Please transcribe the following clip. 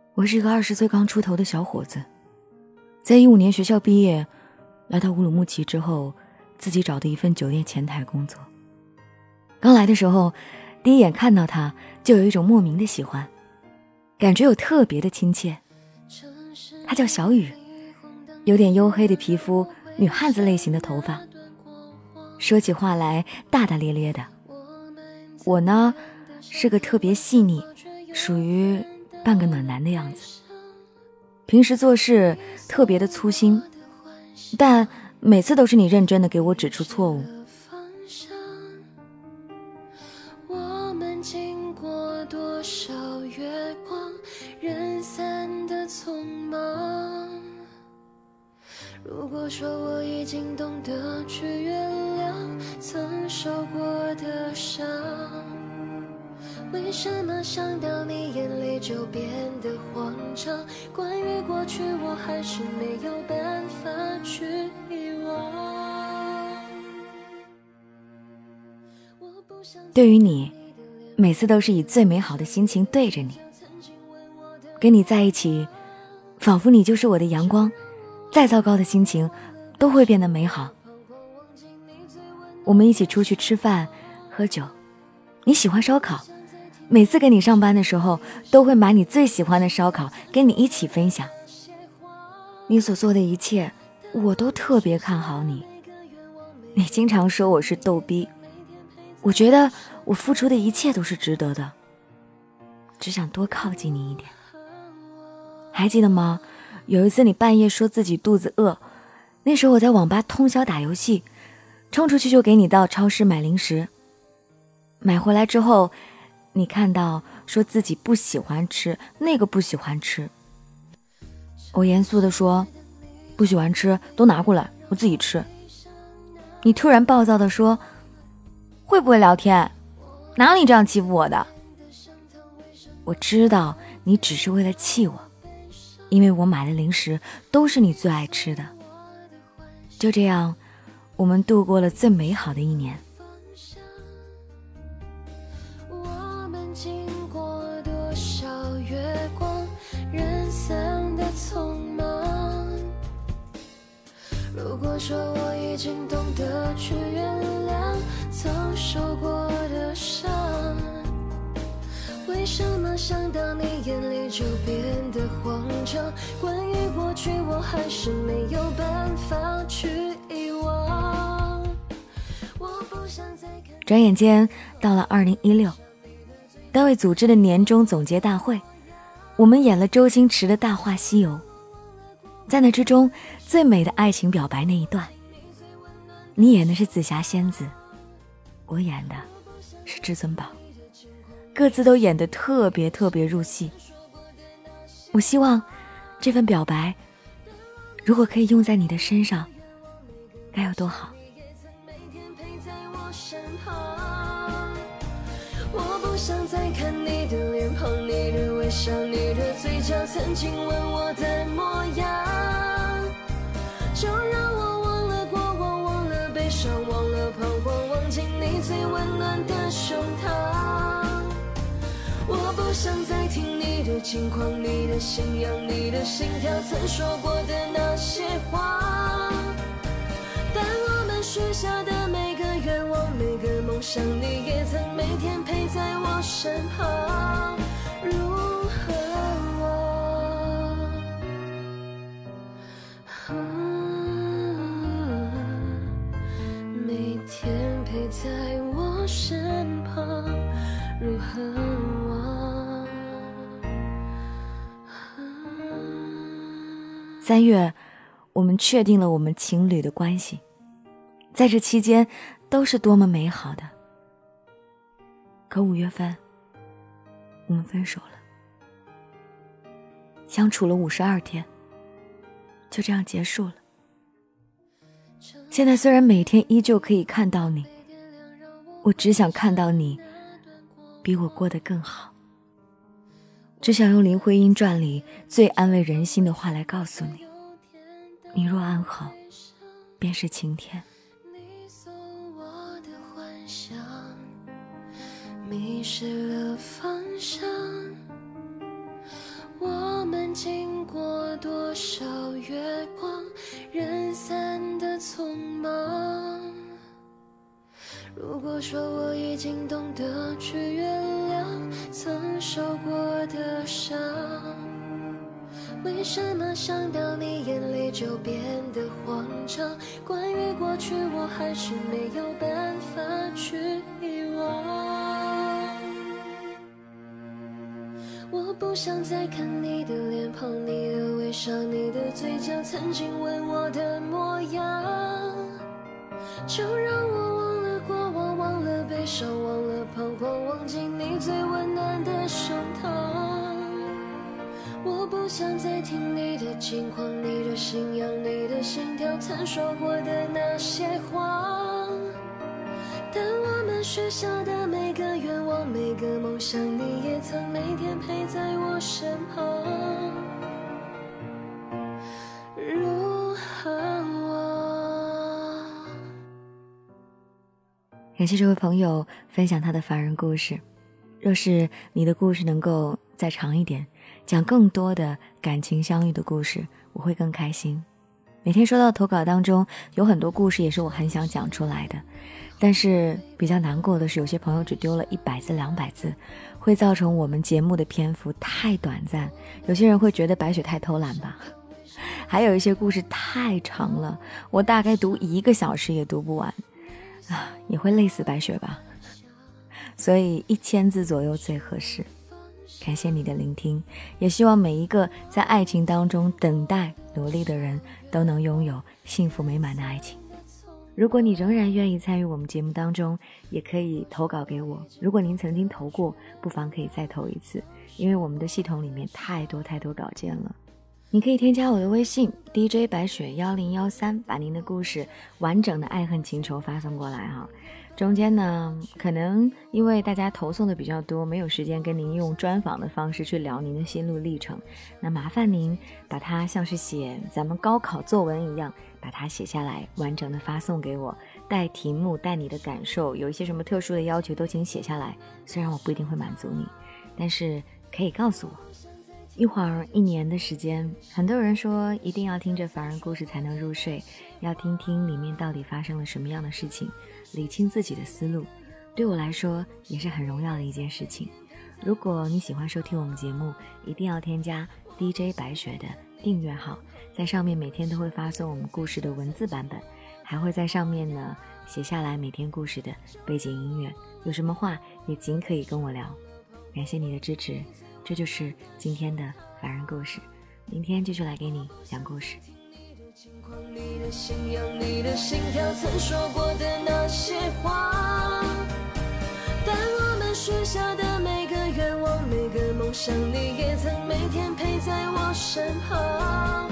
我是一个20岁刚出头的小伙子，在15年学校毕业，来到乌鲁木齐之后，自己找的一份酒店前台工作。刚来的时候，第一眼看到他就有一种莫名的喜欢，感觉有特别的亲切。他叫小雨，有点黝黑的皮肤，女汉子类型的头发，说起话来大大咧咧的。我呢，是个特别细腻，属于半个暖男的样子。平时做事特别的粗心，但每次都是你认真的给我指出错误。 我们经过多少月光，人散的匆忙。如果说我已经懂得去原谅曾受过的伤，为什么想到你眼里就变得慌张？关于过去我还是没有办法去遗忘。 对于你，每次都是以最美好的心情对着你。跟你在一起，仿佛你就是我的阳光，再糟糕的心情都会变得美好。我们一起出去吃饭喝酒，你喜欢烧烤，每次跟你上班的时候都会买你最喜欢的烧烤跟你一起分享。你所做的一切我都特别看好你。你经常说我是逗逼，我觉得我付出的一切都是值得的，只想多靠近你一点。还记得吗？有一次你半夜说自己肚子饿，那时候我在网吧通宵打游戏，冲出去就给你到超市买零食。买回来之后，你看到说自己不喜欢吃，那个不喜欢吃。我严肃地说，不喜欢吃都拿过来，我自己吃。你突然暴躁地说，会不会聊天？哪有你这样欺负我的？我知道你只是为了气我，因为我买的零食都是你最爱吃的。就这样，我们度过了最美好的一年。 我们经过多少月光，人散的匆忙。如果说我已经懂得去原谅曾受过的伤，为什么想到你眼里就变得慌张？关于过去我还是没有办法去遗忘。我不想再看。 转眼间到了2016，单位组织的年终总结大会，我们演了周星驰的《大话西游》。在那之中，最美的爱情表白那一段，你演的是紫霞仙子，我演的是至尊宝，各自都演得特别入戏。我希望这份表白如果可以用在你的身上，该有多好。 我不想再看你的脸庞，你的微笑，你的嘴角，曾经吻我的模样。就让我忘了过往，忘了悲伤，忘了彷徨，忘记你最温暖的胸膛。我不想再听你的轻狂，你的信仰，你的心跳，曾说过的那些话。但我们许下的每个愿望，每个梦想，你也曾每天陪在我身旁。如何每天陪在我身旁，如何 3月，我们确定了我们情侣的关系，在这期间都是多么美好的。可5月份，我们分手了，相处了52天，就这样结束了。现在虽然每天依旧可以看到你，我只想看到你比我过得更好，只想用林徽因传里最安慰人心的话来告诉你，你若安好，便是晴天。 你送我的幻想，迷失了方向。我间经过多少月光，人散的匆忙。如果说我已经懂得去原谅曾受过的伤，为什么想到你眼里就变得慌张？关于过去我还是没有办法去遗忘。我不想再看你的脸庞，你的微笑，你的嘴角，曾经吻我的模样。就让我忘了过往，忘了悲伤，忘了彷徨，忘记你最温暖的胸膛。我不想再听你的近况，你的信仰，你的心跳，曾说过的那些话。但我们许下的每个愿望，每个梦想，你也曾每天陪在我身旁。如何我？ 感谢这位朋友分享他的凡人故事。若是你的故事能够再长一点，讲更多的感情相遇的故事，我会更开心。每天收到投稿当中有很多故事也是我很想讲出来的，但是比较难过的是有些朋友只丢了100字200字，会造成我们节目的篇幅太短暂，有些人会觉得白雪太偷懒吧，还有一些故事太长了，我大概读1个小时也读不完啊，也会累死白雪吧，所以1000字左右最合适。感谢你的聆听，也希望每一个在爱情当中等待努力的人都能拥有幸福美满的爱情。如果你仍然愿意参与我们节目当中，也可以投稿给我，如果您曾经投过，不妨可以再投一次，因为我们的系统里面太多稿件了。你可以添加我的微信 DJ 白雪1013，把您的故事完整的爱恨情仇发送过来哈。中间呢，可能因为大家投送的比较多，没有时间跟您用专访的方式去聊您的心路历程，那麻烦您把它像是写咱们高考作文一样，把它写下来，完整的发送给我，带题目，带你的感受，有一些什么特殊的要求都请写下来，虽然我不一定会满足你，但是可以告诉我。一会儿1年的时间，很多人说一定要听着凡人故事才能入睡，要听听里面到底发生了什么样的事情，理清自己的思路，对我来说也是很荣耀的一件事情。如果你喜欢收听我们节目，一定要添加 DJ 白雪的订阅号，在上面每天都会发送我们故事的文字版本，还会在上面呢写下来每天故事的背景音乐，有什么话也尽可以跟我聊。感谢你的支持，这就是今天的凡人故事，明天继续来给你讲故事。 你的信仰，你的心跳，曾说过的那些话，但我们许下的每个愿望，每个梦想，你也曾每天陪在我身旁。